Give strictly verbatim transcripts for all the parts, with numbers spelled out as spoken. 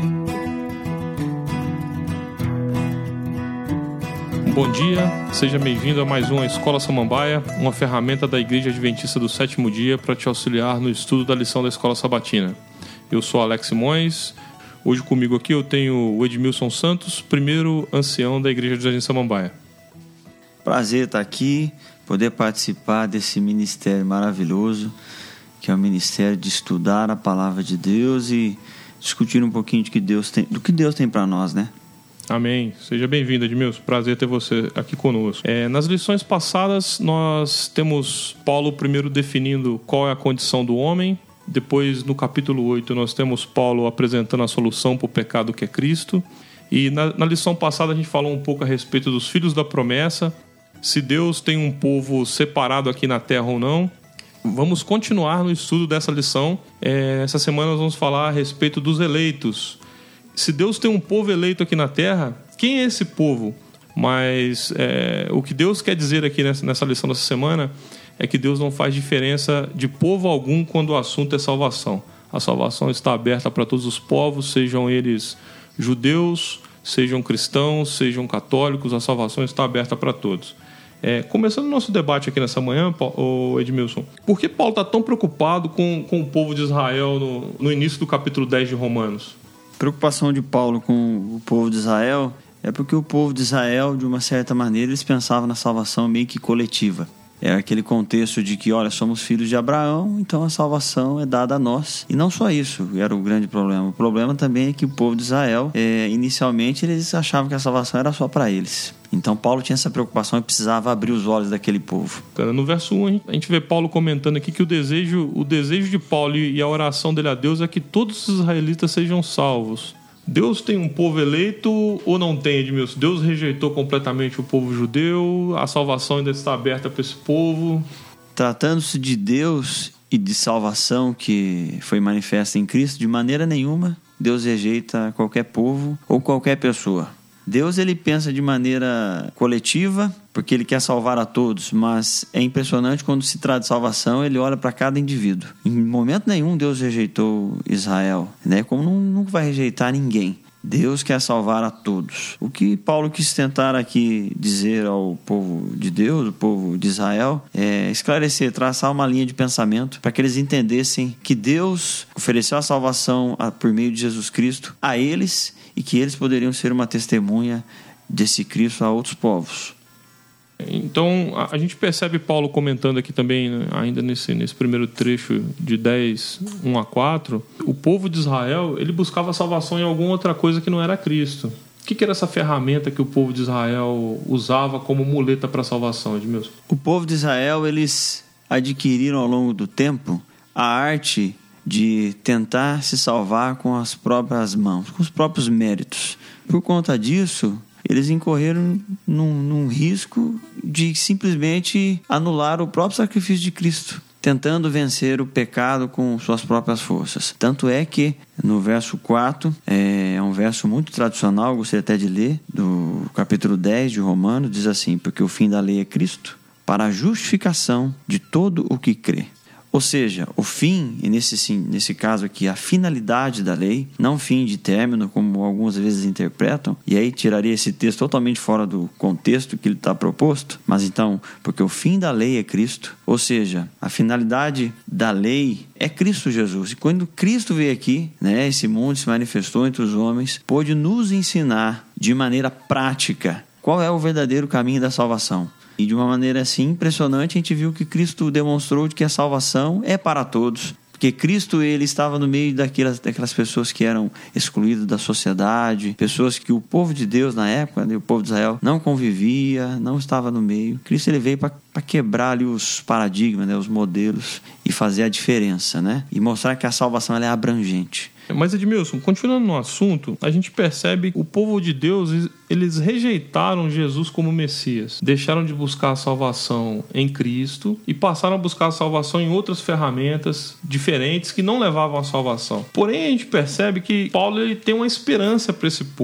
Bom dia, seja bem-vindo a mais uma Escola Samambaia, uma ferramenta da Igreja Adventista do Sétimo Dia para te auxiliar no estudo da lição da Escola Sabatina. Eu sou Alex Simões, hoje comigo aqui eu tenho o Edmilson Santos, primeiro ancião da Igreja do Jardim Samambaia. Prazer estar aqui, poder participar desse ministério maravilhoso, que é o ministério de estudar a Palavra de Deus e discutir um pouquinho de que Deus tem, do que Deus tem para nós, né? Amém. Seja bem-vindo, Edmilson. Prazer ter você aqui conosco. É, nas lições passadas, nós temos Paulo primeiro definindo qual é a condição do homem. Depois, no capítulo oito, nós temos Paulo apresentando a solução para o pecado que é Cristo. E na, na lição passada, a gente falou um pouco a respeito dos filhos da promessa, se Deus tem um povo separado aqui na terra ou não. Vamos continuar no estudo dessa lição. É, essa semana nós vamos falar a respeito dos eleitos. Se Deus tem um povo eleito aqui na terra, quem é esse povo? Mas é, o que Deus quer dizer aqui nessa, nessa lição dessa semana é que Deus não faz diferença de povo algum quando o assunto é salvação. A salvação está aberta para todos os povos, sejam eles judeus, sejam cristãos, sejam católicos, a salvação está aberta para todos. É, começando o nosso debate aqui nessa manhã, Paulo, Edmilson, por que Paulo está tão preocupado com, com o povo de Israel no, no início do capítulo dez de Romanos? A preocupação de Paulo com o povo de Israel é porque o povo de Israel, de uma certa maneira, eles pensavam na salvação meio que coletiva. É aquele contexto de que, olha, somos filhos de Abraão, então a salvação é dada a nós. E não só isso era o grande problema. O problema também é que o povo de Israel, é, inicialmente, eles achavam que a salvação era só para eles. Então Paulo tinha essa preocupação e precisava abrir os olhos daquele povo. No verso um, a gente vê Paulo comentando aqui que o desejo, o desejo de Paulo e a oração dele a Deus é que todos os israelitas sejam salvos. Deus tem um povo eleito ou não tem, Edmilson? Deus rejeitou completamente o povo judeu? A salvação ainda está aberta para esse povo? Tratando-se de Deus e de salvação que foi manifesta em Cristo, de maneira nenhuma Deus rejeita qualquer povo ou qualquer pessoa. Deus, ele pensa de maneira coletiva, porque ele quer salvar a todos, mas é impressionante quando se trata de salvação, ele olha para cada indivíduo. Em momento nenhum Deus rejeitou Israel, né? Como não, nunca vai rejeitar ninguém. Deus quer salvar a todos. O que Paulo quis tentar aqui dizer ao povo de Deus, o povo de Israel, é esclarecer, traçar uma linha de pensamento para que eles entendessem que Deus ofereceu a salvação por meio de Jesus Cristo a eles e que eles poderiam ser uma testemunha desse Cristo a outros povos. Então, a gente percebe Paulo comentando aqui também, ainda nesse, nesse primeiro trecho de dez, um a quatro, o povo de Israel, ele buscava salvação em alguma outra coisa que não era Cristo. O que, que era essa ferramenta que o povo de Israel usava como muleta para a salvação, Edmilson? O povo de Israel, eles adquiriram ao longo do tempo a arte de tentar se salvar com as próprias mãos, com os próprios méritos. Por conta disso, eles incorreram num, num risco de simplesmente anular o próprio sacrifício de Cristo, tentando vencer o pecado com suas próprias forças. Tanto é que no verso quatro, é um verso muito tradicional, gostaria até de ler, do capítulo dez de Romanos, diz assim: porque o fim da lei é Cristo, para a justificação de todo o que crê. Ou seja, o fim, e nesse, sim, nesse caso aqui, a finalidade da lei, não fim de término, como algumas vezes interpretam, e aí tiraria esse texto totalmente fora do contexto que ele está proposto, mas então, porque o fim da lei é Cristo, ou seja, a finalidade da lei é Cristo Jesus. E quando Cristo veio aqui, né, esse mundo se manifestou entre os homens, pôde nos ensinar de maneira prática qual é o verdadeiro caminho da salvação. E de uma maneira assim impressionante, a gente viu que Cristo demonstrou de que a salvação é para todos. Porque Cristo, ele estava no meio daquelas, daquelas pessoas que eram excluídas da sociedade, pessoas que o povo de Deus na época, né, o povo de Israel, não convivia, não estava no meio. Cristo, ele veio para quebrar ali os paradigmas, né, os modelos, e fazer a diferença, né? E mostrar que a salvação ela é abrangente. Mas, Edmilson, continuando no assunto, a gente percebe que o povo de Deus, eles rejeitaram Jesus como Messias. Deixaram de buscar a salvação em Cristo e passaram a buscar a salvação em outras ferramentas diferentes que não levavam à salvação. Porém, a gente percebe que Paulo ele tem uma esperança para esse povo.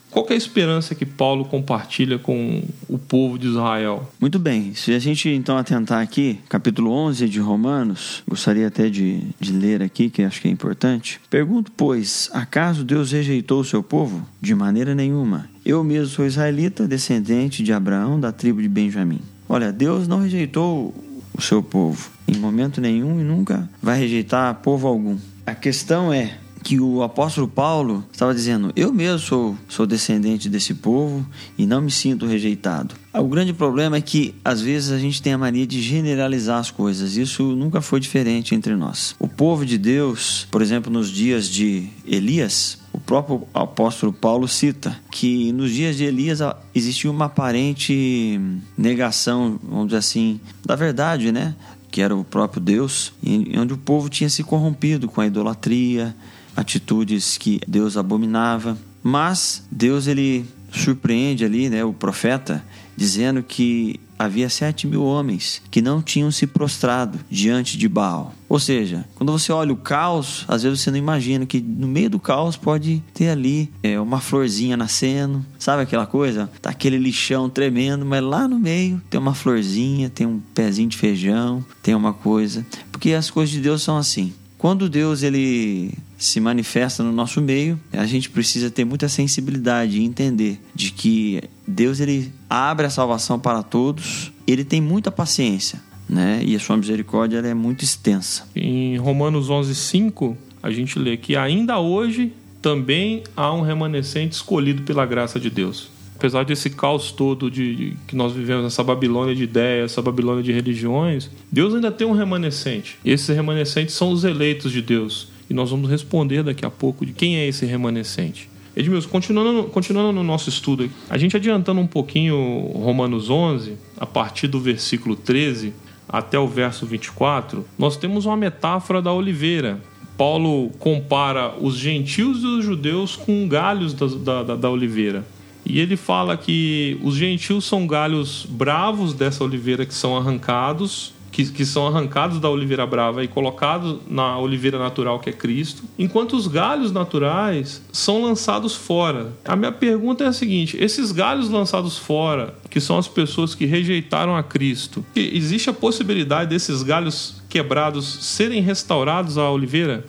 Qual que é a esperança que Paulo compartilha com o povo de Israel? Muito bem, se a gente então atentar aqui, capítulo onze de Romanos, gostaria até de, de ler aqui, que acho que é importante. Pergunto, pois, acaso Deus rejeitou o seu povo? De maneira nenhuma. Eu mesmo sou israelita, descendente de Abraão, da tribo de Benjamim. Olha, Deus não rejeitou o seu povo em momento nenhum e nunca vai rejeitar povo algum. A questão é que o apóstolo Paulo estava dizendo, eu mesmo sou, sou descendente desse povo e não me sinto rejeitado. O grande problema é que às vezes a gente tem a mania de generalizar as coisas. Isso nunca foi diferente entre nós. O povo de Deus, por exemplo, nos dias de Elias, o próprio apóstolo Paulo cita que nos dias de Elias existia uma aparente negação, vamos dizer assim, da verdade, né? Que era o próprio Deus, onde o povo tinha se corrompido com a idolatria, atitudes que Deus abominava. Mas Deus ele surpreende ali, né, o profeta, dizendo que havia sete mil homens que não tinham se prostrado diante de Baal. Ou seja, quando você olha o caos, às vezes você não imagina que no meio do caos pode ter ali é, uma florzinha nascendo, sabe aquela coisa? Tá aquele lixão tremendo, mas lá no meio tem uma florzinha, tem um pezinho de feijão, tem uma coisa. Porque as coisas de Deus são assim. Quando Deus ele se manifesta no nosso meio, a gente precisa ter muita sensibilidade e entender de que Deus ele abre a salvação para todos, ele tem muita paciência, né? E a sua misericórdia ela é muito extensa. Em Romanos onze, cinco, a gente lê que ainda hoje também há um remanescente escolhido pela graça de Deus. Apesar desse caos todo de, de, que nós vivemos, essa Babilônia de ideias, essa Babilônia de religiões, Deus ainda tem um remanescente. Esses remanescentes são os eleitos de Deus. E nós vamos responder daqui a pouco de quem é esse remanescente. Edmilson, continuando, continuando no nosso estudo aqui, a gente adiantando um pouquinho Romanos onze, a partir do versículo treze até o verso vinte e quatro, nós temos uma metáfora da oliveira. Paulo compara os gentios e os judeus com galhos da, da, da oliveira. E ele fala que os gentios são galhos bravos dessa oliveira que são arrancados, que, que são arrancados da oliveira brava e colocados na oliveira natural que é Cristo, enquanto os galhos naturais são lançados fora. A minha pergunta é a seguinte, esses galhos lançados fora, que são as pessoas que rejeitaram a Cristo, existe a possibilidade desses galhos quebrados serem restaurados à oliveira?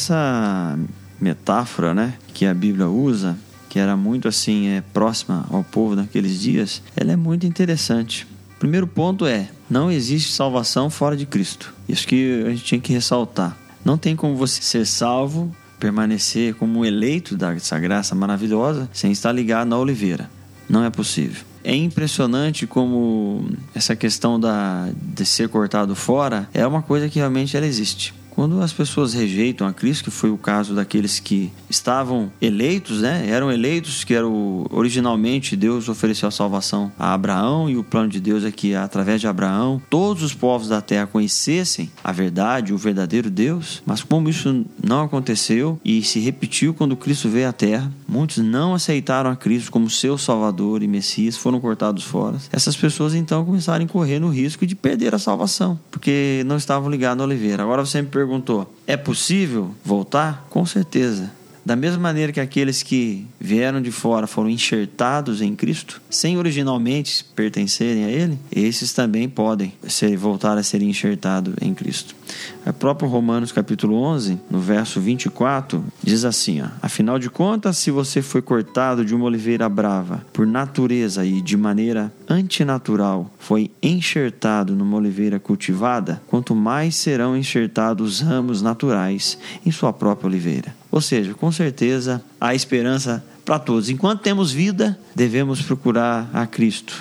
Essa metáfora, né, que a Bíblia usa, que era muito assim, é, próxima ao povo naqueles dias, ela é muito interessante. O primeiro ponto é, não existe salvação fora de Cristo. Isso que a gente tinha que ressaltar. Não tem como você ser salvo, permanecer como eleito dessa graça maravilhosa, sem estar ligado na oliveira. Não é possível. É impressionante como essa questão da, de ser cortado fora é uma coisa que realmente ela existe. Quando as pessoas rejeitam a Cristo, que foi o caso daqueles que estavam eleitos, né? Eram eleitos, que era o, originalmente Deus ofereceu a salvação a Abraão, e o plano de Deus é que através de Abraão todos os povos da terra conhecessem a verdade, o verdadeiro Deus. Mas como isso não aconteceu e se repetiu quando Cristo veio à terra, muitos não aceitaram a Cristo como seu Salvador e Messias, foram cortados fora. Essas pessoas então começaram a correr no risco de perder a salvação, porque não estavam ligados na oliveira. Agora você me pergunta, perguntou, é possível voltar? Com certeza. Da mesma maneira que aqueles que vieram de fora foram enxertados em Cristo, sem originalmente pertencerem a Ele, esses também podem ser, voltar a ser enxertados em Cristo. O próprio Romanos capítulo onze, no verso vinte e quatro, diz assim, ó, afinal de contas, se você foi cortado de uma oliveira brava, por natureza e de maneira antinatural, foi enxertado numa oliveira cultivada, quanto mais serão enxertados os ramos naturais em sua própria oliveira. Ou seja, com certeza há esperança para todos. Enquanto temos vida, devemos procurar a Cristo.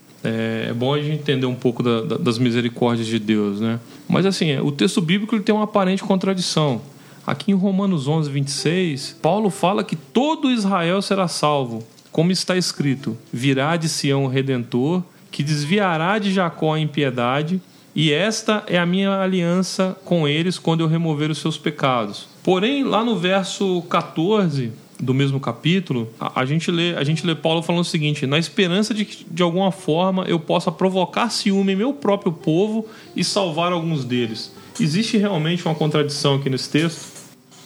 É, é bom a gente entender um pouco da, da, das misericórdias de Deus, né? Mas assim, o texto bíblico ele tem uma aparente contradição. Aqui em Romanos onze, vinte e seis, Paulo fala que todo Israel será salvo. Como está escrito, virá de Sião o Redentor, que desviará de Jacó a impiedade, e esta é a minha aliança com eles quando eu remover os seus pecados. Porém, lá no verso catorze do mesmo capítulo, a, a, gente lê, a gente lê Paulo falando o seguinte, na esperança de que, de alguma forma, eu possa provocar ciúme em meu próprio povo e salvar alguns deles. Existe realmente uma contradição aqui nesse texto?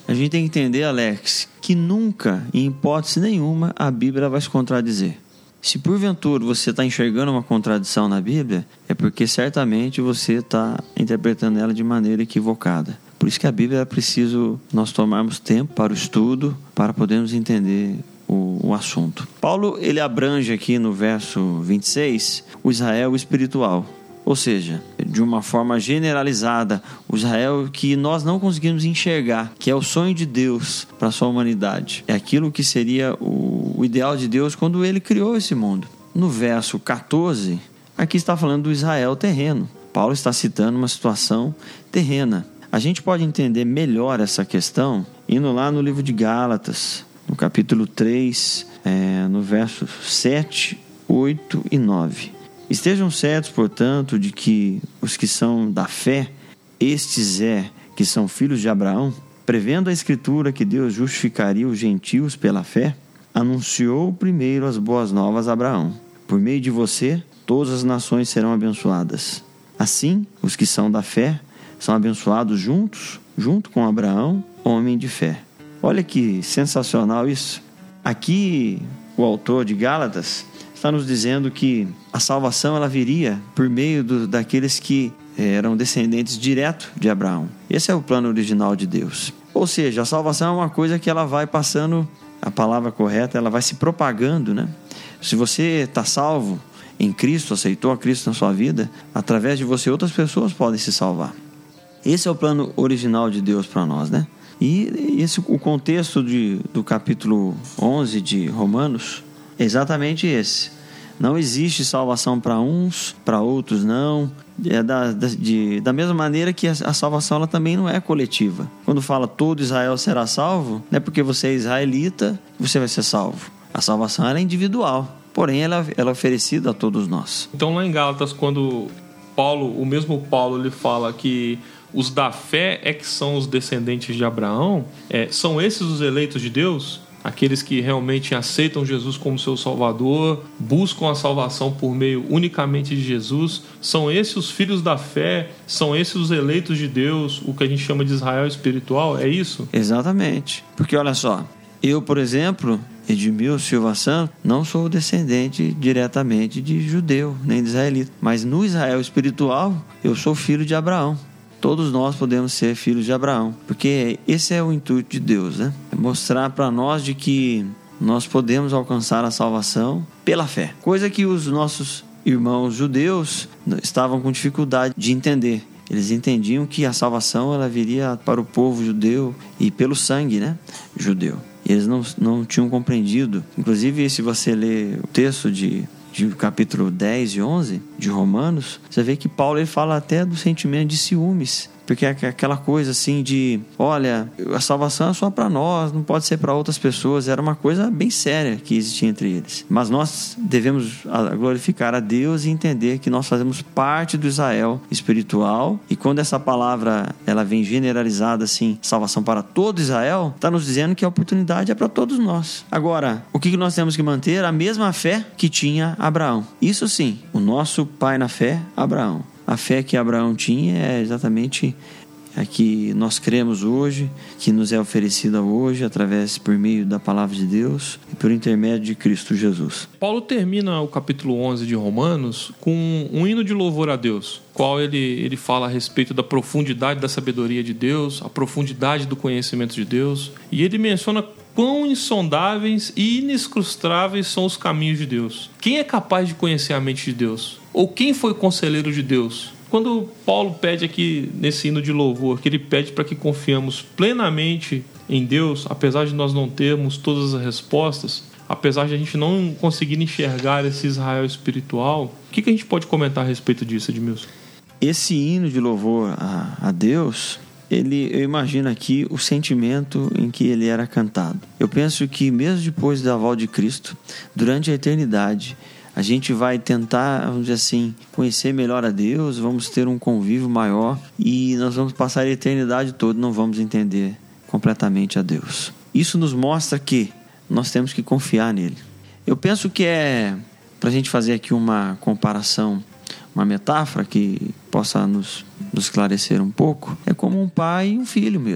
A gente tem que entender, Alex, que nunca, em hipótese nenhuma, a Bíblia vai se contradizer. Se porventura você está enxergando uma contradição na Bíblia, é porque certamente você está interpretando ela de maneira equivocada. Por isso que a Bíblia é preciso nós tomarmos tempo para o estudo, para podermos entender o, o assunto. Paulo, ele abrange aqui no verso vinte e seis o Israel espiritual. Ou seja, de uma forma generalizada, o Israel que nós não conseguimos enxergar, que é o sonho de Deus para a sua humanidade. É aquilo que seria o, o ideal de Deus quando ele criou esse mundo. No verso quatorze, aqui está falando do Israel terreno. Paulo está citando uma situação terrena. A gente pode entender melhor essa questão indo lá no livro de Gálatas, no capítulo três, é, no versos sete, oito e nove. Estejam certos, portanto, de que os que são da fé, estes é que são filhos de Abraão, prevendo a Escritura que Deus justificaria os gentios pela fé, anunciou primeiro as boas novas a Abraão. Por meio de você, todas as nações serão abençoadas. Assim, os que são da fé são abençoados juntos, junto com Abraão, homem de fé. Olha que sensacional isso. Aqui, o autor de Gálatas está nos dizendo que a salvação ela viria por meio do, daqueles que eram descendentes direto de Abraão. Esse é o plano original de Deus. Ou seja, a salvação é uma coisa que ela vai passando, a palavra correta, ela vai se propagando, né? Se você está salvo em Cristo, aceitou a Cristo na sua vida, através de você outras pessoas podem se salvar. Esse é o plano original de Deus para nós, né? E esse, o contexto de, do capítulo onze de Romanos é exatamente esse. Não existe salvação para uns, para outros não. É da, da, de, da mesma maneira que a, a salvação ela também não é coletiva. Quando fala todo Israel será salvo, não é porque você é israelita que você vai ser salvo. A salvação ela é individual, porém ela, ela é oferecida a todos nós. Então lá em Gálatas, quando Paulo, o mesmo Paulo, ele fala que os da fé é que são os descendentes de Abraão, é, são esses os eleitos de Deus? Aqueles que realmente aceitam Jesus como seu Salvador, buscam a salvação por meio unicamente de Jesus, são esses os filhos da fé, são esses os eleitos de Deus, o que a gente chama de Israel espiritual, é isso? Exatamente, porque olha só, eu, por exemplo, Edmilson Silva Santos, não sou descendente diretamente de judeu, nem de israelita, mas no Israel espiritual, eu sou filho de Abraão. Todos nós podemos ser filhos de Abraão, porque esse é o intuito de Deus, né? É mostrar para nós de que nós podemos alcançar a salvação pela fé, coisa que os nossos irmãos judeus estavam com dificuldade de entender. Eles entendiam que a salvação ela viria para o povo judeu e pelo sangue, né, judeu. Eles não, não tinham compreendido. Inclusive, se você ler o texto de de capítulo dez e onze de Romanos, você vê que Paulo ele fala até do sentimento de ciúmes, porque é aquela coisa assim de, olha, a salvação é só para nós, não pode ser para outras pessoas. Era uma coisa bem séria que existia entre eles. Mas nós devemos glorificar a Deus e entender que nós fazemos parte do Israel espiritual, e quando essa palavra ela vem generalizada assim, salvação para todo Israel, está nos dizendo que a oportunidade é para todos nós. Agora, o que nós temos que manter? A mesma fé que tinha Abraão. Isso sim, o nosso pai na fé, Abraão. A fé que Abraão tinha é exatamente a que nós cremos hoje, que nos é oferecida hoje através, por meio da palavra de Deus e por intermédio de Cristo Jesus. Paulo termina o capítulo onze de Romanos com um hino de louvor a Deus, qual ele, ele fala a respeito da profundidade da sabedoria de Deus, a profundidade do conhecimento de Deus, e ele menciona quão insondáveis e inescrutáveis são os caminhos de Deus. Quem é capaz de conhecer a mente de Deus? Ou quem foi conselheiro de Deus? Quando Paulo pede aqui nesse hino de louvor, que ele pede para que confiamos plenamente em Deus, apesar de nós não termos todas as respostas, apesar de a gente não conseguir enxergar esse Israel espiritual, o que, que a gente pode comentar a respeito disso, Edmilson? Esse hino de louvor a, a Deus, ele, eu imagino aqui o sentimento em que ele era cantado. Eu penso que mesmo depois da volta de Cristo, durante a eternidade, a gente vai tentar, vamos dizer assim, conhecer melhor a Deus, vamos ter um convívio maior e nós vamos passar a eternidade toda e não vamos entender completamente a Deus. Isso nos mostra que nós temos que confiar nele. Eu penso que é, para a gente fazer aqui uma comparação, uma metáfora que possa nos, nos esclarecer um pouco, é como um pai e um filho mesmo.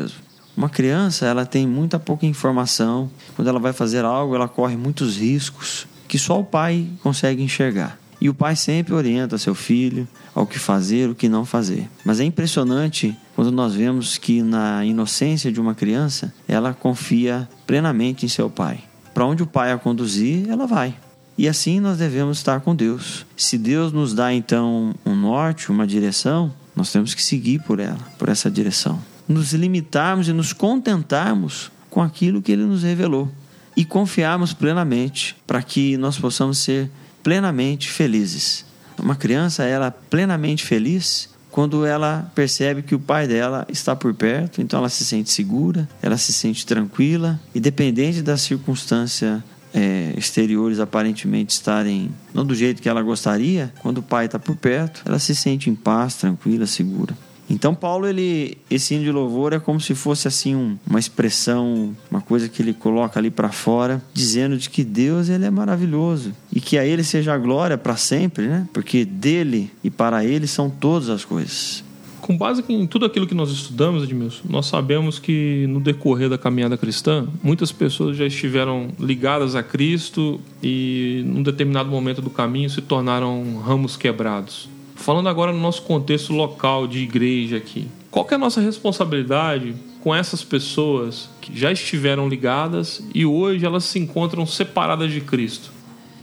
Uma criança, ela tem muita pouca informação. Quando ela vai fazer algo, ela corre muitos riscos que só o pai consegue enxergar. E o pai sempre orienta seu filho ao que fazer, o que não fazer. Mas é impressionante quando nós vemos que na inocência de uma criança, ela confia plenamente em seu pai. Para onde o pai a conduzir, ela vai. E assim nós devemos estar com Deus. Se Deus nos dá então um norte, uma direção, nós temos que seguir por ela, por essa direção. Nos limitarmos e nos contentarmos com aquilo que Ele nos revelou. E confiarmos plenamente para que nós possamos ser plenamente felizes. Uma criança, ela é plenamente feliz quando ela percebe que o pai dela está por perto, então ela se sente segura, ela se sente tranquila, independente da circunstância é, exteriores aparentemente estarem não do jeito que ela gostaria. Quando o pai está por perto, ela se sente em paz, tranquila, segura. Então Paulo, ele, esse hino de louvor é como se fosse assim um, uma expressão, uma coisa que ele coloca ali para fora, dizendo de que Deus, ele é maravilhoso e que a Ele seja a glória para sempre, né? Porque dele e para Ele são todas as coisas. Com base em tudo aquilo que nós estudamos, Edmilson, nós sabemos que no decorrer da caminhada cristã, muitas pessoas já estiveram ligadas a Cristo e num determinado momento do caminho se tornaram ramos quebrados. Falando agora no nosso contexto local de igreja aqui, qual que é a nossa responsabilidade com essas pessoas que já estiveram ligadas e hoje elas se encontram separadas de Cristo?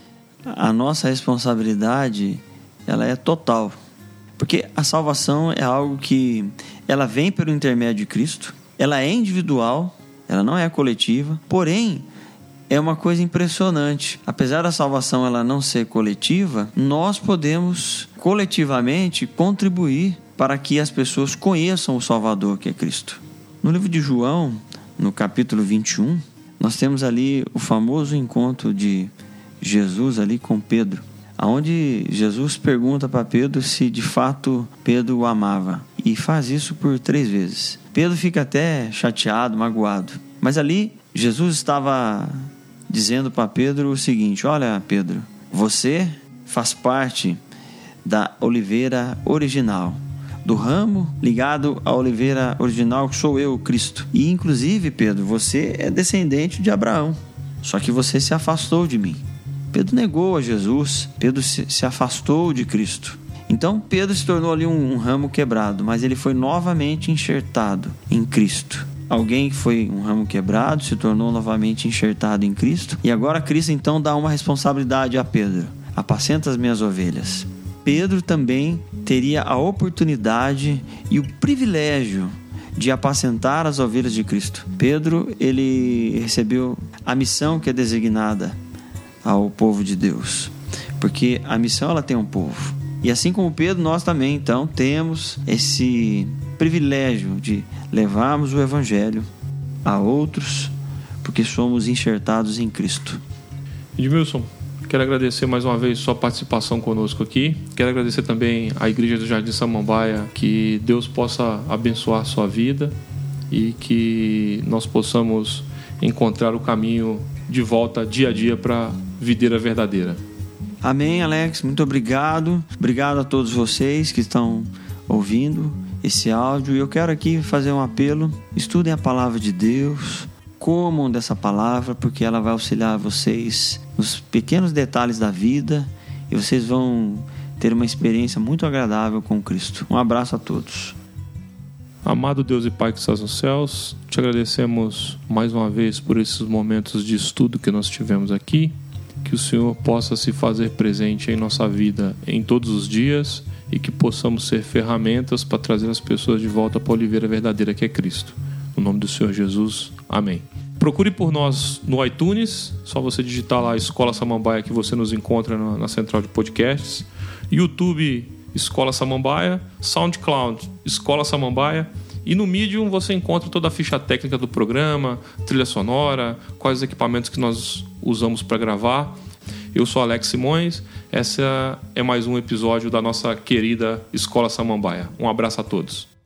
A nossa responsabilidade, ela é total. Porque a salvação é algo que ela vem pelo intermédio de Cristo, ela é individual, ela não é coletiva, porém é uma coisa impressionante. Apesar da salvação ela não ser coletiva, nós podemos coletivamente contribuir para que as pessoas conheçam o Salvador, que é Cristo. No livro de João, no capítulo vinte e um, nós temos ali o famoso encontro de Jesus ali com Pedro, onde Jesus pergunta para Pedro se de fato Pedro o amava, e faz isso por três vezes. Pedro fica até chateado, magoado, mas ali Jesus estava dizendo para Pedro o seguinte: olha, Pedro, você faz parte da oliveira original, do ramo ligado à oliveira original, que sou eu, Cristo. E inclusive, Pedro, você é descendente de Abraão, só que você se afastou de mim. Pedro negou a Jesus, Pedro se afastou de Cristo. Então Pedro se tornou ali um, um ramo quebrado, mas ele foi novamente enxertado em Cristo. Alguém que foi um ramo quebrado se tornou novamente enxertado em Cristo. E agora Cristo então dá uma responsabilidade a Pedro: apacenta as minhas ovelhas. Pedro também teria a oportunidade e o privilégio de apacentar as ovelhas de Cristo. Pedro, ele recebeu a missão que é designada ao povo de Deus, porque a missão ela tem um povo. E assim como Pedro, nós também então temos esse privilégio de levarmos o Evangelho a outros, porque somos enxertados em Cristo. Edmilson, quero agradecer mais uma vez sua participação conosco aqui. Quero agradecer também à Igreja do Jardim Samambaia, que Deus possa abençoar a sua vida e que nós possamos encontrar o caminho de volta dia a dia para a videira verdadeira. Amém, Alex. Muito obrigado. Obrigado a todos vocês que estão ouvindo esse áudio. E eu quero aqui fazer um apelo: estudem a palavra de Deus, comam dessa palavra, porque ela vai auxiliar vocês nos pequenos detalhes da vida e vocês vão ter uma experiência muito agradável com Cristo. Um abraço a todos. Amado Deus e Pai que estás nos céus, te agradecemos mais uma vez por esses momentos de estudo que nós tivemos aqui. Que o Senhor possa se fazer presente em nossa vida em todos os dias e que possamos ser ferramentas para trazer as pessoas de volta para a oliveira verdadeira, que é Cristo. No nome do Senhor Jesus, amém. Procure por nós no iTunes, só você digitar lá Escola Samambaia que você nos encontra na, na central de podcasts. YouTube, Escola Samambaia. SoundCloud, Escola Samambaia. E no Medium você encontra toda a ficha técnica do programa, trilha sonora, quais equipamentos que nós usamos para gravar. Eu sou Alex Simões, essa é mais um episódio da nossa querida Escola Samambaia. Um abraço a todos.